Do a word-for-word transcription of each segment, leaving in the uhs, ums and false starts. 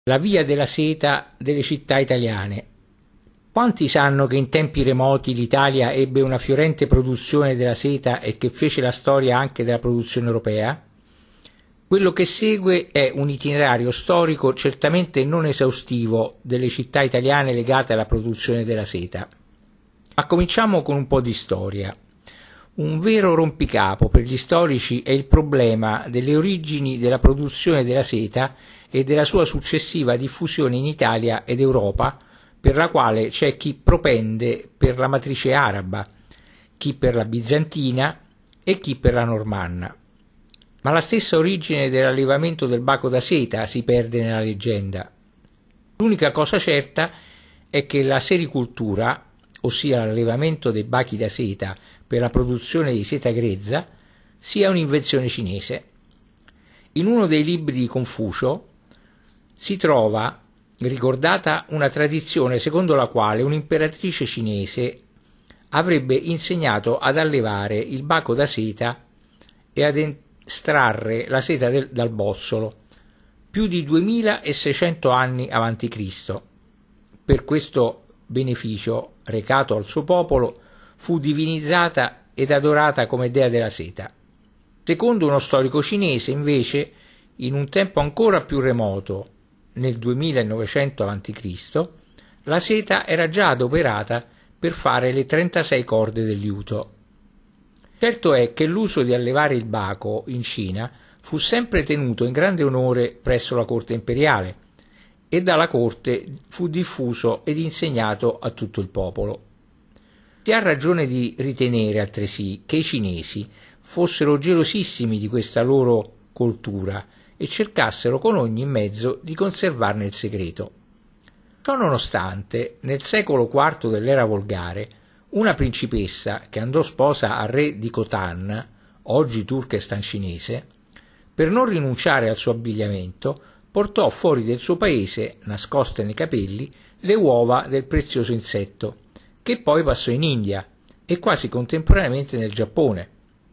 La via della seta delle città italiane. Quanti sanno che in tempi remoti l'Italia ebbe una fiorente produzione della seta e che fece la storia anche della produzione europea? Quello che segue è un itinerario storico certamente non esaustivo delle città italiane legate alla produzione della seta. Ma cominciamo con un po' di storia. Un vero rompicapo per gli storici è il problema delle origini della produzione della seta e della sua successiva diffusione in Italia ed Europa, per la quale c'è chi propende per la matrice araba, chi per la bizantina e chi per la normanna. Ma la stessa origine dell'allevamento del baco da seta si perde nella leggenda. L'unica cosa certa è che la sericultura, ossia l'allevamento dei bachi da seta per la produzione di seta grezza, sia un'invenzione cinese. In uno dei libri di Confucio si trova ricordata una tradizione secondo la quale un'imperatrice cinese avrebbe insegnato ad allevare il baco da seta e ad estrarre la seta del, dal bozzolo più di duemilaseicento anni avanti Cristo. Per questo beneficio recato al suo popolo fu divinizzata ed adorata come dea della seta. Secondo uno storico cinese, invece, in un tempo ancora più remoto, nel duemilanovecento avanti Cristo, la seta era già adoperata per fare le trentasei corde del liuto. Certo è che l'uso di allevare il baco in Cina fu sempre tenuto in grande onore presso la corte imperiale e dalla corte fu diffuso ed insegnato a tutto il popolo. Si ha ragione di ritenere altresì che i cinesi fossero gelosissimi di questa loro coltura e cercassero con ogni mezzo di conservarne il segreto. Ciò nonostante, nel secolo quarto dell'era volgare, una principessa che andò sposa al re di Khotan, oggi Turkestan cinese, per non rinunciare al suo abbigliamento, portò fuori del suo paese, nascoste nei capelli, le uova del prezioso insetto, che poi passò in India e quasi contemporaneamente nel Giappone.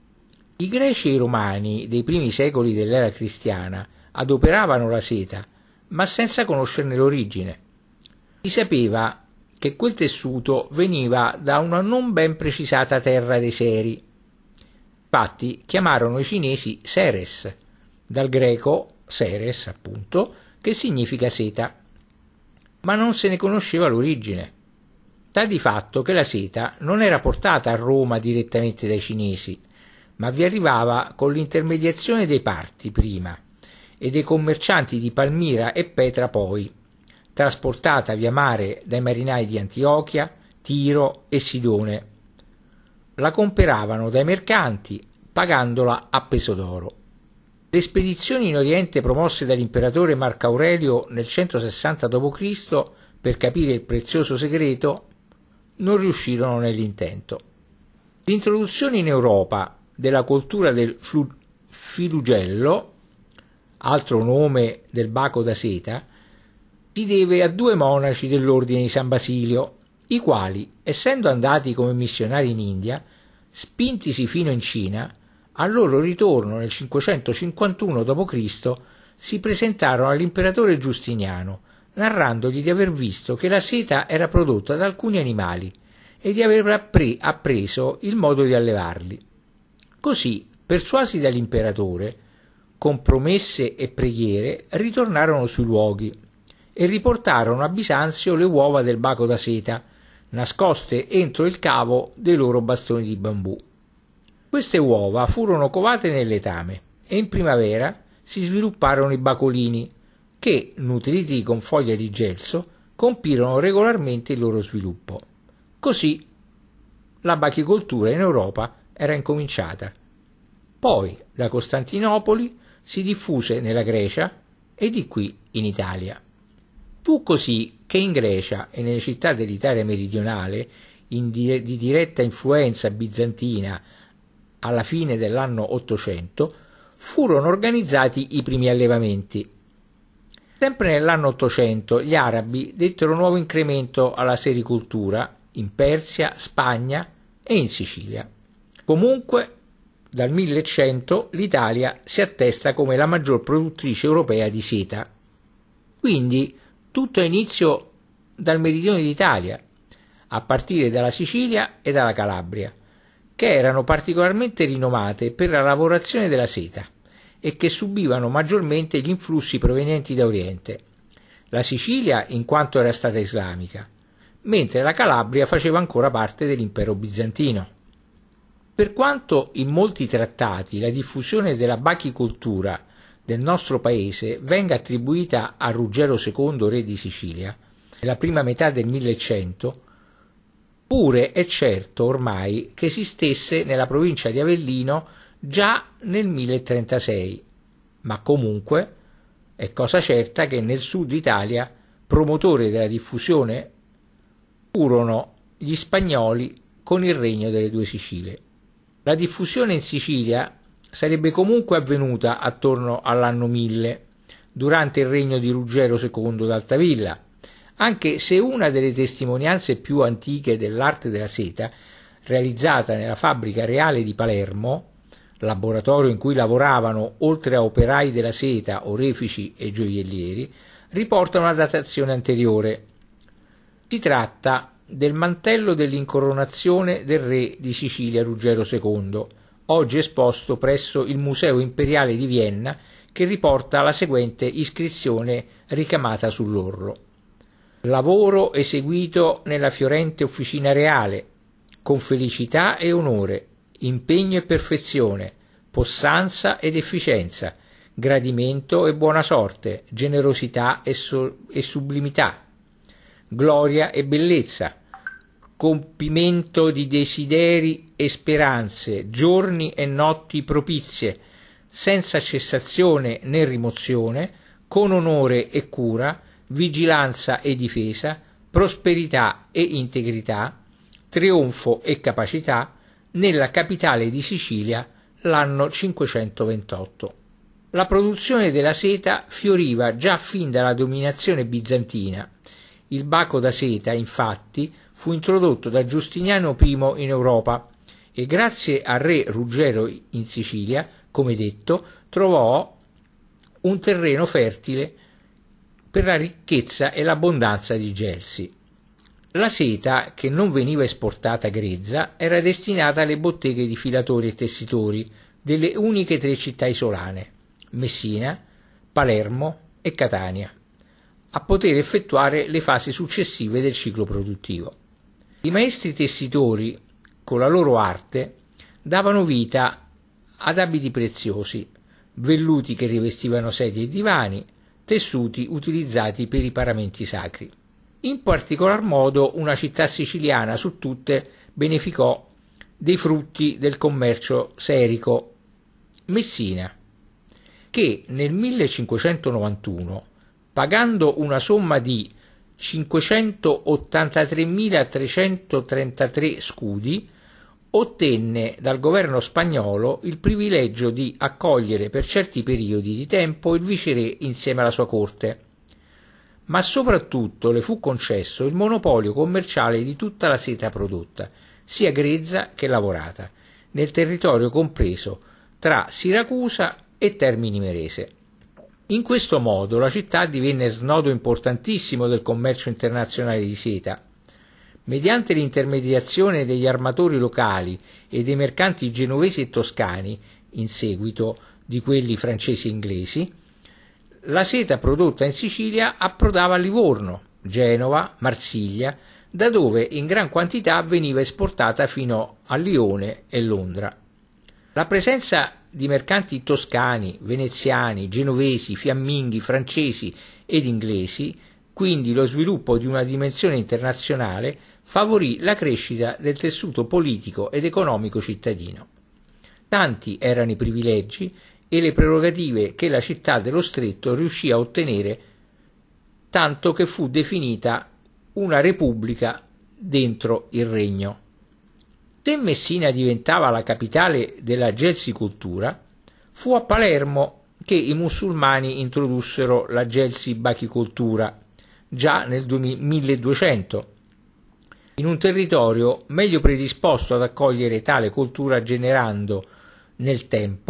I greci e i romani dei primi secoli dell'era cristiana adoperavano la seta, ma senza conoscerne l'origine. Si sapeva che quel tessuto veniva da una non ben precisata terra dei Seri. Infatti chiamarono i cinesi Seres, dal greco Seres appunto, che significa seta, ma non se ne conosceva l'origine. Sta di fatto che la seta non era portata a Roma direttamente dai cinesi, ma vi arrivava con l'intermediazione dei Parti prima e dei commercianti di Palmira e Petra poi, trasportata via mare dai marinai di Antiochia, Tiro e Sidone. La comperavano dai mercanti pagandola a peso d'oro. Le spedizioni in Oriente promosse dall'imperatore Marco Aurelio nel centosessanta dopo Cristo per capire il prezioso segreto non riuscirono nell'intento. L'introduzione in Europa della coltura del flu- filugello, altro nome del baco da seta, si deve a due monaci dell'ordine di San Basilio, i quali, essendo andati come missionari in India, spintisi fino in Cina, al loro ritorno nel cinquecentocinquantuno dopo Cristo si presentarono all'imperatore Giustiniano, narrandogli di aver visto che la seta era prodotta da alcuni animali e di aver appre- appreso il modo di allevarli. Così, persuasi dall'imperatore, con promesse e preghiere ritornarono sui luoghi e riportarono a Bisanzio le uova del baco da seta, nascoste entro il cavo dei loro bastoni di bambù. Queste uova furono covate nel letame e in primavera si svilupparono i bacolini che, nutriti con foglia di gelso, compirono regolarmente il loro sviluppo. Così la bachicoltura in Europa era incominciata. Poi da Costantinopoli si diffuse nella Grecia e di qui in Italia. Fu così che in Grecia e nelle città dell'Italia meridionale, in dire- di diretta influenza bizantina alla fine dell'anno ottocento, furono organizzati i primi allevamenti. Sempre nell'anno ottocento gli arabi dettero nuovo incremento alla sericoltura in Persia, Spagna e in Sicilia. Comunque, dal millecento l'Italia si attesta come la maggior produttrice europea di seta. Quindi tutto ha inizio dal meridione d'Italia, a partire dalla Sicilia e dalla Calabria, che erano particolarmente rinomate per la lavorazione della seta e che subivano maggiormente gli influssi provenienti da Oriente. La Sicilia in quanto era stata islamica, mentre la Calabria faceva ancora parte dell'impero bizantino. Per quanto in molti trattati la diffusione della bachicoltura del nostro paese venga attribuita a Ruggero secondo, re di Sicilia, nella prima metà del millecento, pure è certo ormai che esistesse nella provincia di Avellino già nel milletrentasei, ma comunque è cosa certa che nel sud Italia promotori della diffusione furono gli spagnoli con il regno delle due Sicilie. La diffusione in Sicilia sarebbe comunque avvenuta attorno all'anno mille, durante il regno di Ruggero secondo d'Altavilla, anche se una delle testimonianze più antiche dell'arte della seta, realizzata nella fabbrica reale di Palermo, laboratorio in cui lavoravano, oltre a operai della seta, orefici e gioiellieri, riporta una datazione anteriore. Si tratta del mantello dell'incoronazione del re di Sicilia Ruggero secondo, oggi esposto presso il Museo Imperiale di Vienna, che riporta la seguente iscrizione ricamata sull'orlo. Lavoro eseguito nella fiorente officina reale, con felicità e onore, impegno e perfezione, possanza ed efficienza, gradimento e buona sorte, generosità e, so- e sublimità, gloria e bellezza, compimento di desideri e speranze, giorni e notti propizie, senza cessazione né rimozione, con onore e cura, vigilanza e difesa, prosperità e integrità, trionfo e capacità, nella capitale di Sicilia l'anno cinquecentoventotto. La produzione della seta fioriva già fin dalla dominazione bizantina. Il baco da seta, infatti, fu introdotto da Giustiniano primo in Europa e grazie al re Ruggero in Sicilia, come detto, trovò un terreno fertile per la ricchezza e l'abbondanza di gelsi. La seta, che non veniva esportata grezza, era destinata alle botteghe di filatori e tessitori delle uniche tre città isolane, Messina, Palermo e Catania, a poter effettuare le fasi successive del ciclo produttivo. I maestri tessitori, con la loro arte, davano vita ad abiti preziosi, velluti che rivestivano sedie e divani, tessuti utilizzati per i paramenti sacri. In particolar modo una città siciliana su tutte beneficò dei frutti del commercio serico, Messina, che nel millecinquecentonovantuno, pagando una somma di cinquecentottantatremilatrecentotrentatré scudi, ottenne dal governo spagnolo il privilegio di accogliere per certi periodi di tempo il viceré insieme alla sua corte, ma soprattutto le fu concesso il monopolio commerciale di tutta la seta prodotta, sia grezza che lavorata, nel territorio compreso tra Siracusa e Termini Imerese. In questo modo la città divenne snodo importantissimo del commercio internazionale di seta. Mediante l'intermediazione degli armatori locali e dei mercanti genovesi e toscani, in seguito di quelli francesi e inglesi, la seta prodotta in Sicilia approdava a Livorno, Genova, Marsiglia, da dove in gran quantità veniva esportata fino a Lione e Londra. La presenza di mercanti toscani, veneziani, genovesi, fiamminghi, francesi ed inglesi, quindi lo sviluppo di una dimensione internazionale, favorì la crescita del tessuto politico ed economico cittadino. Tanti erano i privilegi e le prerogative che la città dello Stretto riuscì a ottenere, tanto che fu definita una repubblica dentro il regno. Se Messina diventava la capitale della gelsicoltura, fu a Palermo che i musulmani introdussero la gelsi-bachicoltura, già nel milleduecento, in un territorio meglio predisposto ad accogliere tale coltura, generando nel tempo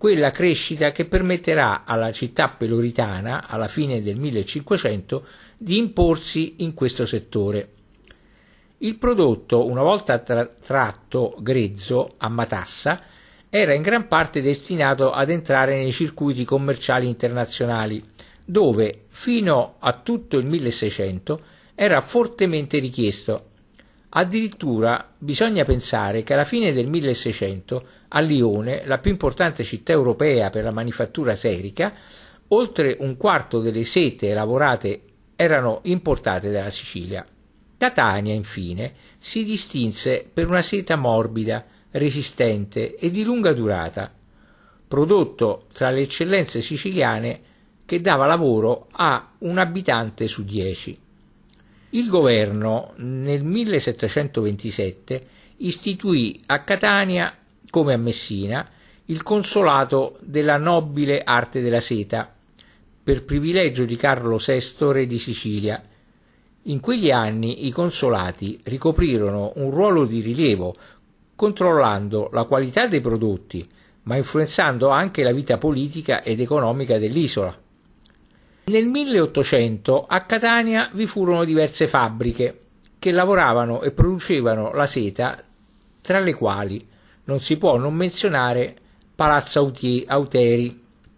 quella crescita che permetterà alla città peloritana, alla fine del millecinquecento, di imporsi in questo settore. Il prodotto, una volta tra- tratto grezzo a matassa, era in gran parte destinato ad entrare nei circuiti commerciali internazionali, dove fino a tutto il milleseicento era fortemente richiesto. Addirittura bisogna pensare che alla fine del milleseicento a Lione, la più importante città europea per la manifattura serica, oltre un quarto delle sete lavorate erano importate dalla Sicilia. Catania, infine, si distinse per una seta morbida, resistente e di lunga durata, prodotto tra le eccellenze siciliane che dava lavoro a un abitante su dieci. Il governo nel millesettecentoventisette istituì a Catania, come a Messina, il consolato della nobile arte della seta, per privilegio di Carlo sesto, re di Sicilia. In quegli anni i consolati ricoprirono un ruolo di rilievo, controllando la qualità dei prodotti, ma influenzando anche la vita politica ed economica dell'isola. Nel milleottocento a Catania vi furono diverse fabbriche che lavoravano e producevano la seta, tra le quali non si può non menzionare Palazzo Auteri,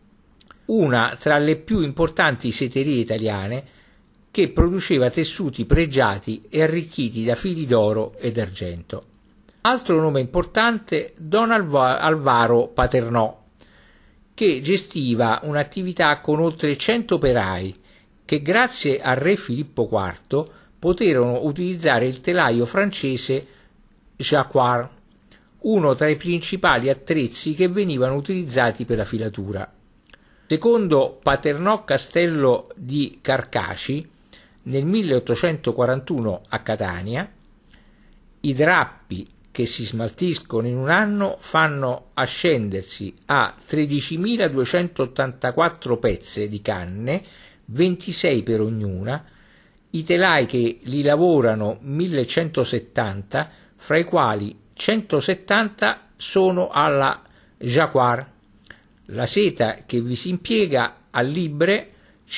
una tra le più importanti seterie italiane che produceva tessuti pregiati e arricchiti da fili d'oro ed argento. Altro nome importante, Don Alva- Alvaro Paternò, che gestiva un'attività con oltre cento operai che grazie al re Filippo quarto poterono utilizzare il telaio francese Jacquard, uno tra i principali attrezzi che venivano utilizzati per la filatura. Secondo Paternò Castello di Carcaci, nel milleottocentoquarantuno a Catania, i drappi che si smaltiscono in un anno fanno ascendersi a tredicimiladuecentottantaquattro pezze di canne, ventisei per ognuna, i telai che li lavorano millecentosettanta, fra i quali centosettanta sono alla Jacquard. La seta che vi si impiega a libbre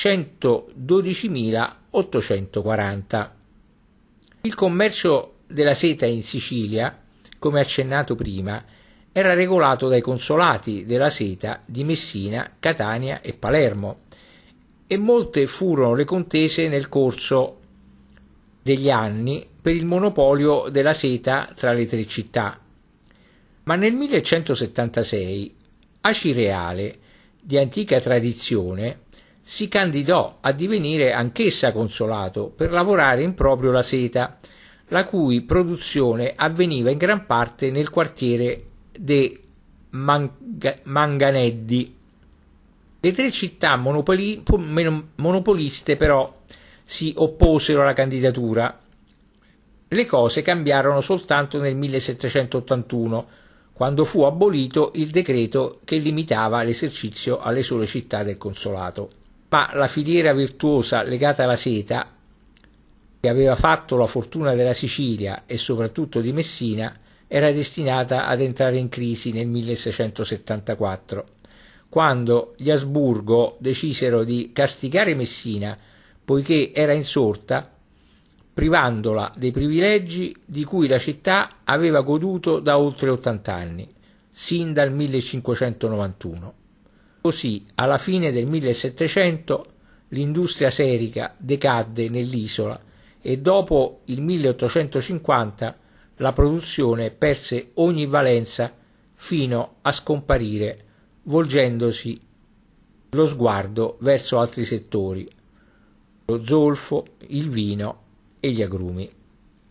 centododicimilaottocentoquaranta. Il commercio della seta in Sicilia, come accennato prima, era regolato dai consolati della seta di Messina, Catania e Palermo, e molte furono le contese nel corso degli anni per il monopolio della seta tra le tre città. Ma nel millecentosettantasei Acireale, di antica tradizione, si candidò a divenire anch'essa consolato per lavorare in proprio la seta, la cui produzione avveniva in gran parte nel quartiere de Manga- Manganeddi. Le tre città monopoli- monopoliste però si opposero alla candidatura. Le cose cambiarono soltanto nel millesettecentottantuno, quando fu abolito il decreto che limitava l'esercizio alle sole città del consolato. Ma la filiera virtuosa legata alla seta, che aveva fatto la fortuna della Sicilia e soprattutto di Messina, era destinata ad entrare in crisi nel milleseicentosettantaquattro, quando gli Asburgo decisero di castigare Messina poiché era insorta, privandola dei privilegi di cui la città aveva goduto da oltre ottanta anni, sin dal millecinquecentonovantuno. Così, alla fine del millesettecento, l'industria serica decadde nell'isola e dopo il milleottocentocinquanta la produzione perse ogni valenza fino a scomparire, volgendosi lo sguardo verso altri settori, lo zolfo, il vino e gli agrumi.